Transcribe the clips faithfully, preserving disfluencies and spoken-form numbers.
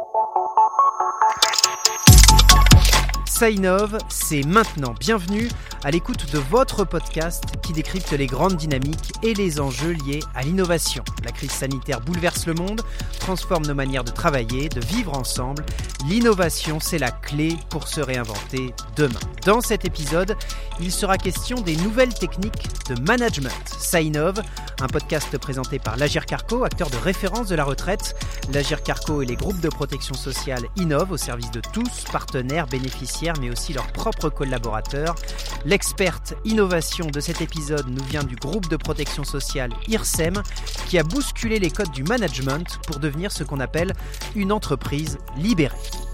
Ça innove, c'est maintenant. Bienvenue à l'écoute de votre podcast qui décrypte les grandes dynamiques et les enjeux liés à l'innovation. La crise sanitaire bouleverse le monde, transforme nos manières de travailler, de vivre ensemble. L'innovation, c'est la clé pour se réinventer demain. Dans cet épisode, il sera question des nouvelles techniques de management. Ça innove, un podcast présenté par l'Agirc Arrco, acteur de référence de la retraite. L'Agirc Arrco et les groupes de protection sociale innovent au service de tous, partenaires, bénéficiaires, mais aussi leurs propres collaborateurs. L'experte innovation de cet épisode nous vient du groupe de protection sociale I R S E M, qui a bousculé les codes du management pour devenir ce qu'on appelle une entreprise libérée.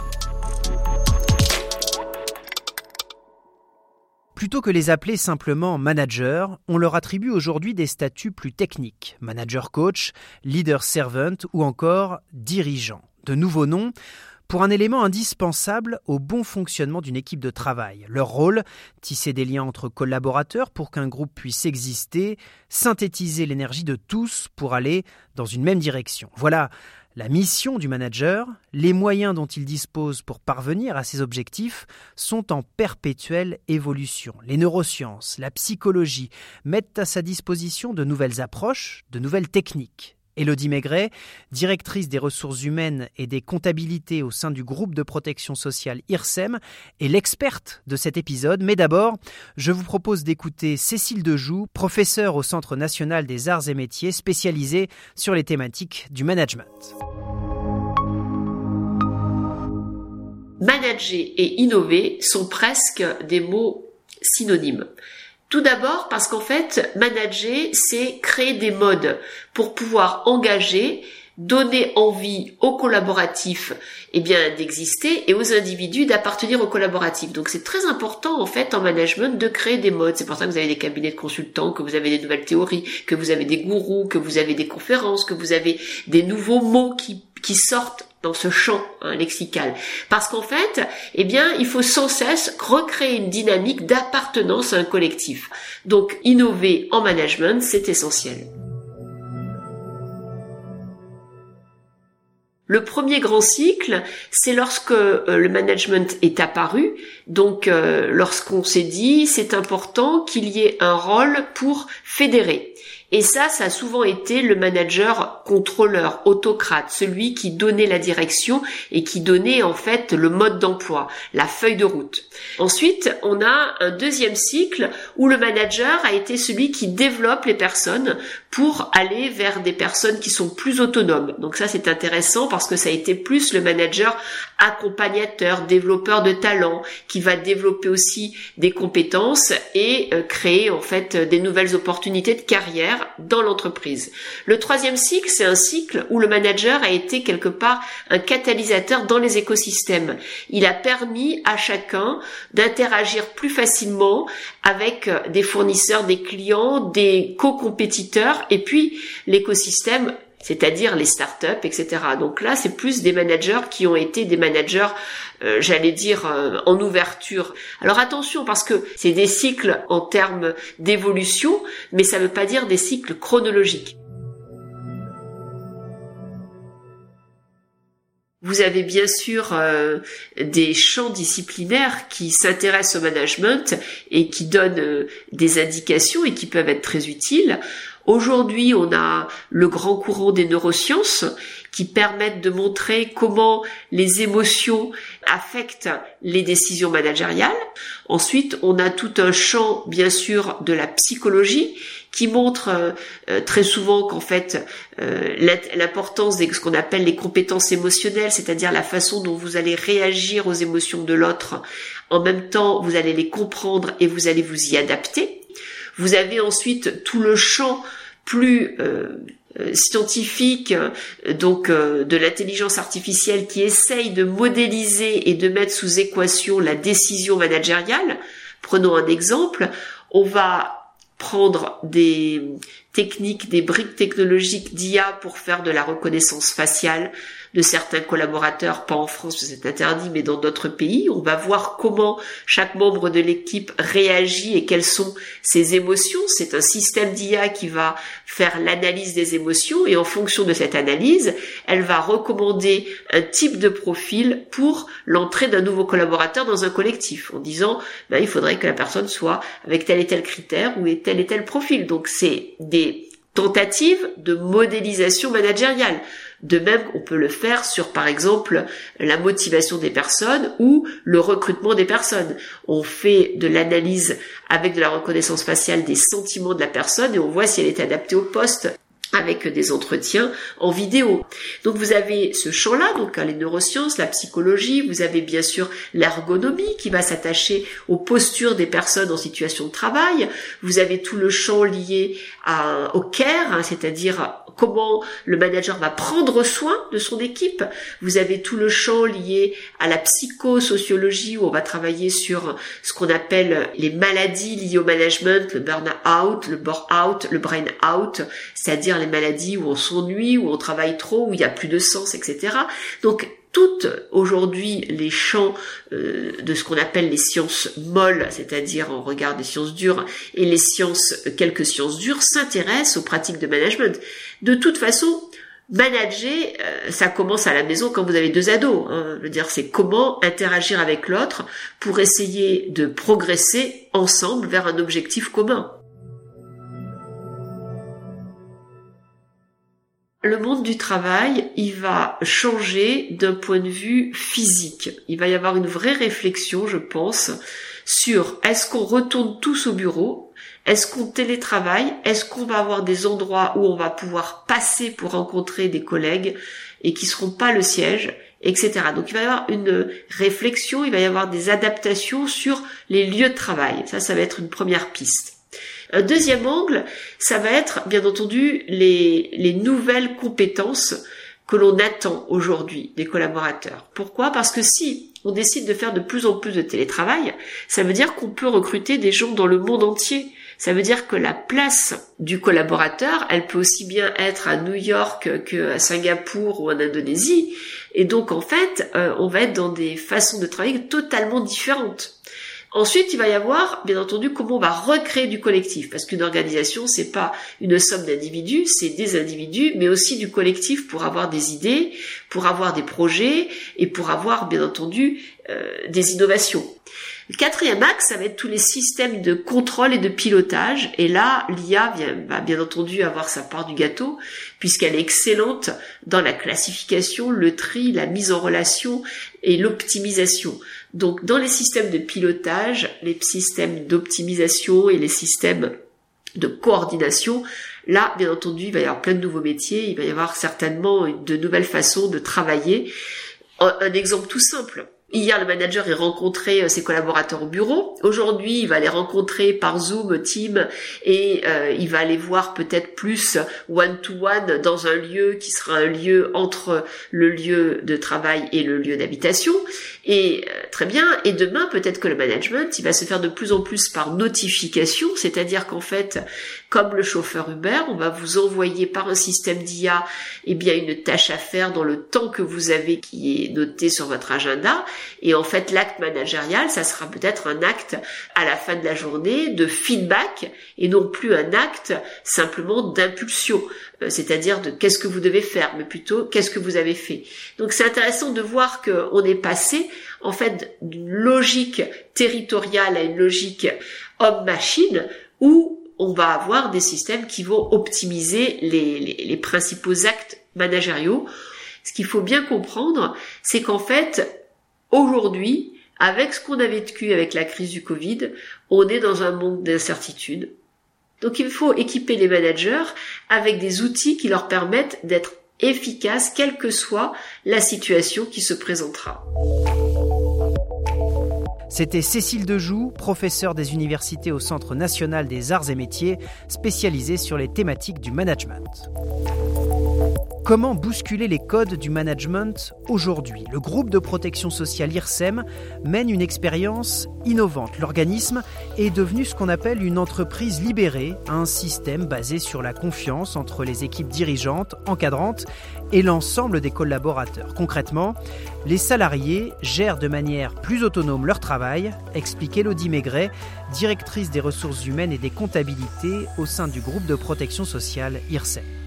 Plutôt que les appeler simplement managers, on leur attribue aujourd'hui des statuts plus techniques, manager coach, leader servant ou encore dirigeant. De nouveaux noms pour un élément indispensable au bon fonctionnement d'une équipe de travail. Leur rôle, tisser des liens entre collaborateurs pour qu'un groupe puisse exister, synthétiser l'énergie de tous pour aller dans une même direction. Voilà la mission du manager. Les moyens dont il dispose pour parvenir à ses objectifs sont en perpétuelle évolution. Les neurosciences, la psychologie mettent à sa disposition de nouvelles approches, de nouvelles techniques. Élodie Maigret, directrice des ressources humaines et des comptabilités au sein du groupe de protection sociale I R S E M, est l'experte de cet épisode. Mais d'abord, je vous propose d'écouter Cécile Dejoux, professeure au Centre national des arts et métiers, spécialisée sur les thématiques du management. Manager et innover sont presque des mots synonymes. Tout d'abord parce qu'en fait, manager, c'est créer des modes pour pouvoir engager, donner envie aux collaboratifs eh bien, d'exister et aux individus d'appartenir au collaboratif. Donc c'est très important en fait en management de créer des modes. C'est pour ça que vous avez des cabinets de consultants, que vous avez des nouvelles théories, que vous avez des gourous, que vous avez des conférences, que vous avez des nouveaux mots qui, qui sortent dans ce champ hein, lexical. Parce qu'en fait, eh bien, il faut sans cesse recréer une dynamique d'appartenance à un collectif. Donc, innover en management, c'est essentiel. Le premier grand cycle, c'est lorsque euh, le management est apparu. Donc, euh, lorsqu'on s'est dit, c'est important qu'il y ait un rôle pour fédérer. Et ça, ça a souvent été le manager contrôleur, autocrate, celui qui donnait la direction et qui donnait en fait le mode d'emploi, la feuille de route. Ensuite, on a un deuxième cycle où le manager a été celui qui développe les personnes pour aller vers des personnes qui sont plus autonomes. Donc ça, c'est intéressant parce que ça a été plus le manager accompagnateur, développeur de talent, qui va développer aussi des compétences et euh, créer en fait des nouvelles opportunités de carrière dans l'entreprise. Le troisième cycle, c'est un cycle où le manager a été quelque part un catalyseur dans les écosystèmes. Il a permis à chacun d'interagir plus facilement avec des fournisseurs, des clients, des co-compétiteurs et puis l'écosystème, c'est-à-dire les startups, et cetera. Donc là, c'est plus des managers qui ont été des managers, euh, j'allais dire, euh, en ouverture. Alors attention, parce que c'est des cycles en termes d'évolution, mais ça ne veut pas dire des cycles chronologiques. Vous avez bien sûr euh, des champs disciplinaires qui s'intéressent au management et qui donnent euh, des indications et qui peuvent être très utiles. Aujourd'hui, on a le grand courant des neurosciences qui permettent de montrer comment les émotions affectent les décisions managériales. Ensuite, on a tout un champ, bien sûr, de la psychologie qui montre euh, très souvent qu'en fait, euh, l'importance de ce qu'on appelle les compétences émotionnelles, c'est-à-dire la façon dont vous allez réagir aux émotions de l'autre. En même temps, vous allez les comprendre et vous allez vous y adapter. Vous avez ensuite tout le champ plus euh, scientifique, donc euh, de l'intelligence artificielle qui essaye de modéliser et de mettre sous équation la décision managériale. Prenons un exemple, on va prendre des techniques, des briques technologiques d'I A pour faire de la reconnaissance faciale de certains collaborateurs, pas en France, c'est interdit, mais dans d'autres pays. On va voir comment chaque membre de l'équipe réagit et quelles sont ses émotions. C'est un système d'I A qui va faire l'analyse des émotions et en fonction de cette analyse, elle va recommander un type de profil pour l'entrée d'un nouveau collaborateur dans un collectif en disant ben, il faudrait que la personne soit avec tel et tel critère ou tel et tel profil. Donc c'est des tentatives de modélisation managériale. De même, on peut le faire sur, par exemple, la motivation des personnes ou le recrutement des personnes. On fait de l'analyse avec de la reconnaissance faciale des sentiments de la personne et on voit si elle est adaptée au poste avec des entretiens en vidéo. Donc vous avez ce champ-là, donc les neurosciences, la psychologie, vous avez bien sûr l'ergonomie qui va s'attacher aux postures des personnes en situation de travail, vous avez tout le champ lié à, au care, hein, c'est-à-dire comment le manager va prendre soin de son équipe, vous avez tout le champ lié à la psychosociologie où on va travailler sur ce qu'on appelle les maladies liées au management, le burn-out, le bore-out, le brain-out, c'est-à-dire les maladies où on s'ennuie, où on travaille trop, où il n'y a plus de sens, et cetera. Donc, toutes aujourd'hui les champs euh, de ce qu'on appelle les sciences molles, c'est-à-dire on regarde les sciences dures et les sciences, quelques sciences dures, s'intéressent aux pratiques de management. De toute façon, manager, euh, ça commence à la maison quand vous avez deux ados. Hein. Je veux dire, c'est comment interagir avec l'autre pour essayer de progresser ensemble vers un objectif commun. Le monde du travail, il va changer d'un point de vue physique. Il va y avoir une vraie réflexion, je pense, sur est-ce qu'on retourne tous au bureau ? Est-ce qu'on télétravaille ? Est-ce qu'on va avoir des endroits où on va pouvoir passer pour rencontrer des collègues et qui seront pas le siège, et cetera. Donc il va y avoir une réflexion, il va y avoir des adaptations sur les lieux de travail. Ça, ça va être une première piste. Un deuxième angle, ça va être, bien entendu, les, les nouvelles compétences que l'on attend aujourd'hui des collaborateurs. Pourquoi ? Parce que si on décide de faire de plus en plus de télétravail, ça veut dire qu'on peut recruter des gens dans le monde entier. Ça veut dire que la place du collaborateur, elle peut aussi bien être à New York qu'à Singapour ou en Indonésie. Et donc, en fait, euh, on va être dans des façons de travailler totalement différentes. Ensuite, il va y avoir, bien entendu, comment on va recréer du collectif, parce qu'une organisation, c'est pas une somme d'individus, c'est des individus, mais aussi du collectif pour avoir des idées, pour avoir des projets et pour avoir, bien entendu, euh, des innovations. Le quatrième axe, ça va être tous les systèmes de contrôle et de pilotage. Et là, l'I A vient, va bien entendu avoir sa part du gâteau, puisqu'elle est excellente dans la classification, le tri, la mise en relation et l'optimisation. Donc, dans les systèmes de pilotage, les systèmes d'optimisation et les systèmes de coordination, là, bien entendu, il va y avoir plein de nouveaux métiers, il va y avoir certainement de nouvelles façons de travailler. Un, un exemple tout simple. Hier, le manager est rencontré ses collaborateurs au bureau. Aujourd'hui, il va les rencontrer par Zoom, Teams, et euh, il va les voir peut-être plus one-to-one dans un lieu qui sera un lieu entre le lieu de travail et le lieu d'habitation. Et euh, très bien. Et demain, peut-être que le management, il va se faire de plus en plus par notification, c'est-à-dire qu'en fait, comme le chauffeur Uber, on va vous envoyer par un système d'I A, eh bien, une tâche à faire dans le temps que vous avez qui est noté sur votre agenda. Et en fait, l'acte managérial, ça sera peut-être un acte à la fin de la journée de feedback et non plus un acte simplement d'impulsion, euh, c'est-à-dire de qu'est-ce que vous devez faire, mais plutôt qu'est-ce que vous avez fait. Donc c'est intéressant de voir qu'on est passé en fait d'une logique territoriale à une logique homme-machine où on va avoir des systèmes qui vont optimiser les, les, les principaux actes managériaux. Ce qu'il faut bien comprendre, c'est qu'en fait, aujourd'hui, avec ce qu'on a vécu avec la crise du Covid, on est dans un monde d'incertitude. Donc il faut équiper les managers avec des outils qui leur permettent d'être efficaces, quelle que soit la situation qui se présentera. C'était Cécile Dejoux, professeure des universités au Centre national des arts et métiers, spécialisée sur les thématiques du management. Comment bousculer les codes du management aujourd'hui ? Le groupe de protection sociale I R S E M mène une expérience innovante. L'organisme est devenu ce qu'on appelle une entreprise libérée, un système basé sur la confiance entre les équipes dirigeantes, encadrantes et l'ensemble des collaborateurs. Concrètement, les salariés gèrent de manière plus autonome leur travail, explique Élodie Maigret, directrice des ressources humaines et des comptabilités au sein du groupe de protection sociale I R S E M.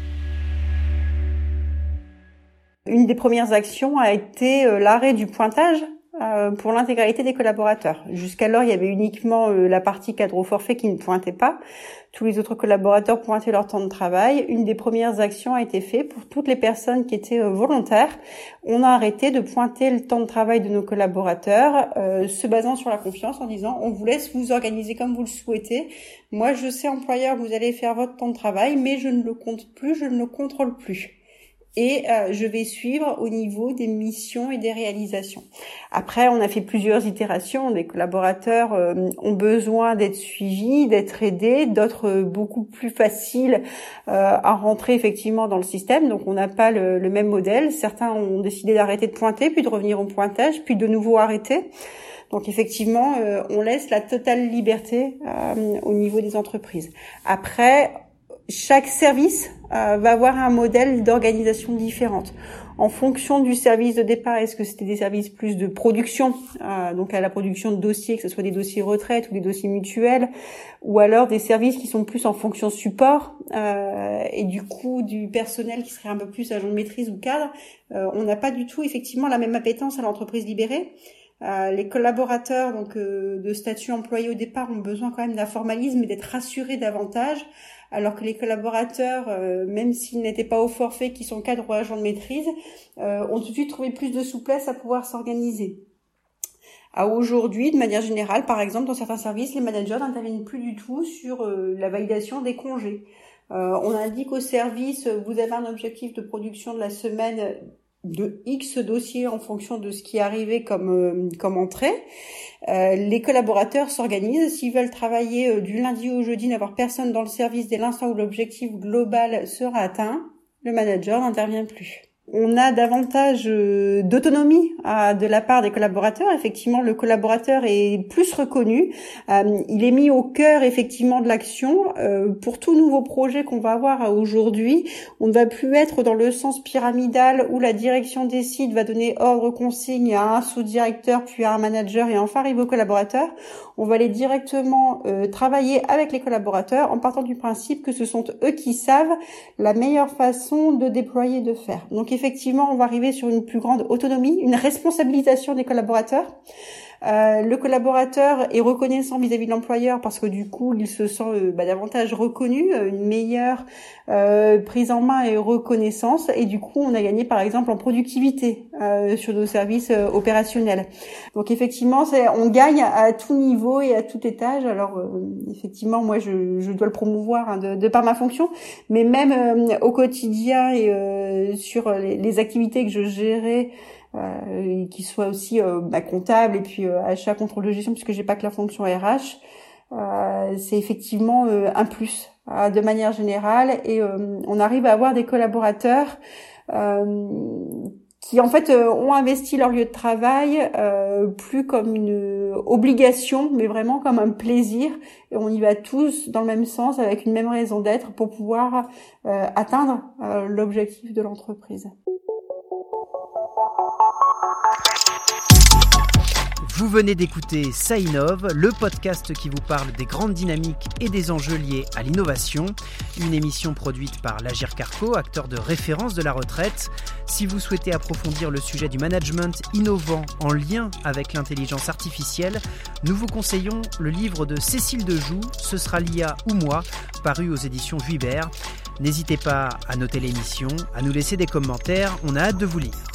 Une des premières actions a été l'arrêt du pointage pour l'intégralité des collaborateurs. Jusqu'alors, il y avait uniquement la partie cadre au forfait qui ne pointait pas. Tous les autres collaborateurs pointaient leur temps de travail. Une des premières actions a été faite pour toutes les personnes qui étaient volontaires. On a arrêté de pointer le temps de travail de nos collaborateurs, euh, se basant sur la confiance en disant on vous laisse vous organiser comme vous le souhaitez. Moi, je sais employeur que vous allez faire votre temps de travail, mais je ne le compte plus, je ne le contrôle plus. Et euh, je vais suivre au niveau des missions et des réalisations. Après, on a fait plusieurs itérations. Des collaborateurs euh, ont besoin d'être suivis, d'être aidés, d'autres euh, beaucoup plus faciles euh, à rentrer effectivement dans le système. Donc, on n'a pas le, le même modèle. Certains ont décidé d'arrêter de pointer, puis de revenir au pointage, puis de nouveau arrêter. Donc, effectivement, euh, on laisse la totale liberté euh, au niveau des entreprises. Après, chaque service euh, va avoir un modèle d'organisation différente. En fonction du service de départ, est-ce que c'était des services plus de production, euh, donc à la production de dossiers, que ce soit des dossiers retraite ou des dossiers mutuels, ou alors des services qui sont plus en fonction support, euh, et du coup du personnel qui serait un peu plus agent de maîtrise ou cadre, euh, on n'a pas du tout effectivement la même appétence à l'entreprise libérée. Euh, les collaborateurs donc euh, de statut employé au départ ont besoin quand même d'un formalisme et d'être rassurés davantage, alors que les collaborateurs, euh, même s'ils n'étaient pas au forfait, qui sont cadres ou agents de maîtrise, euh, ont tout de suite trouvé plus de souplesse à pouvoir s'organiser. À aujourd'hui, de manière générale, par exemple, dans certains services, les managers n'interviennent plus du tout sur euh, la validation des congés. Euh, on indique au service, vous avez un objectif de production de la semaine de X dossiers en fonction de ce qui est arrivé comme euh, comme entrée. Euh, les collaborateurs s'organisent. S'ils veulent travailler euh, du lundi au jeudi, n'avoir personne dans le service dès l'instant où l'objectif global sera atteint, le manager n'intervient plus. On a davantage euh, d'autonomie euh, de la part des collaborateurs. Effectivement, le collaborateur est plus reconnu. Euh, il est mis au cœur effectivement de l'action. Euh, pour tout nouveau projet qu'on va avoir aujourd'hui, on ne va plus être dans le sens pyramidal où la direction décide, va donner ordre, consigne à un sous-directeur, puis à un manager et enfin arriver aux collaborateurs. On va aller directement euh, travailler avec les collaborateurs en partant du principe que ce sont eux qui savent la meilleure façon de déployer et de faire. Donc effectivement, on va arriver sur une plus grande autonomie, une responsabilisation des collaborateurs. Euh, le collaborateur est reconnaissant vis-à-vis de l'employeur parce que du coup, il se sent euh, bah, davantage reconnu, une meilleure euh, prise en main et reconnaissance. Et du coup, on a gagné par exemple en productivité euh, sur nos services euh, opérationnels. Donc effectivement, c'est, on gagne à tout niveau et à tout étage. Alors euh, effectivement, moi, je, je dois le promouvoir hein, de, de par ma fonction, mais même euh, au quotidien et euh, sur les, les activités que je gérais, Euh, qui soit aussi euh, bah, comptable et puis euh, achat, contrôle de gestion, puisque j'ai pas que la fonction R H, euh, c'est effectivement euh, un plus euh, de manière générale, et euh, on arrive à avoir des collaborateurs euh, qui en fait euh, ont investi leur lieu de travail euh, plus comme une obligation, mais vraiment comme un plaisir, et on y va tous dans le même sens avec une même raison d'être pour pouvoir euh, atteindre euh, l'objectif de l'entreprise. Vous venez d'écouter Ça innove, le podcast qui vous parle des grandes dynamiques et des enjeux liés à l'innovation. Une émission produite par l'Agir Carco, acteur de référence de la retraite. Si vous souhaitez approfondir le sujet du management innovant en lien avec l'intelligence artificielle, nous vous conseillons le livre de Cécile Dejoux, Ce sera l'I A ou moi, paru aux éditions Vuibert. N'hésitez pas à noter l'émission, à nous laisser des commentaires, on a hâte de vous lire.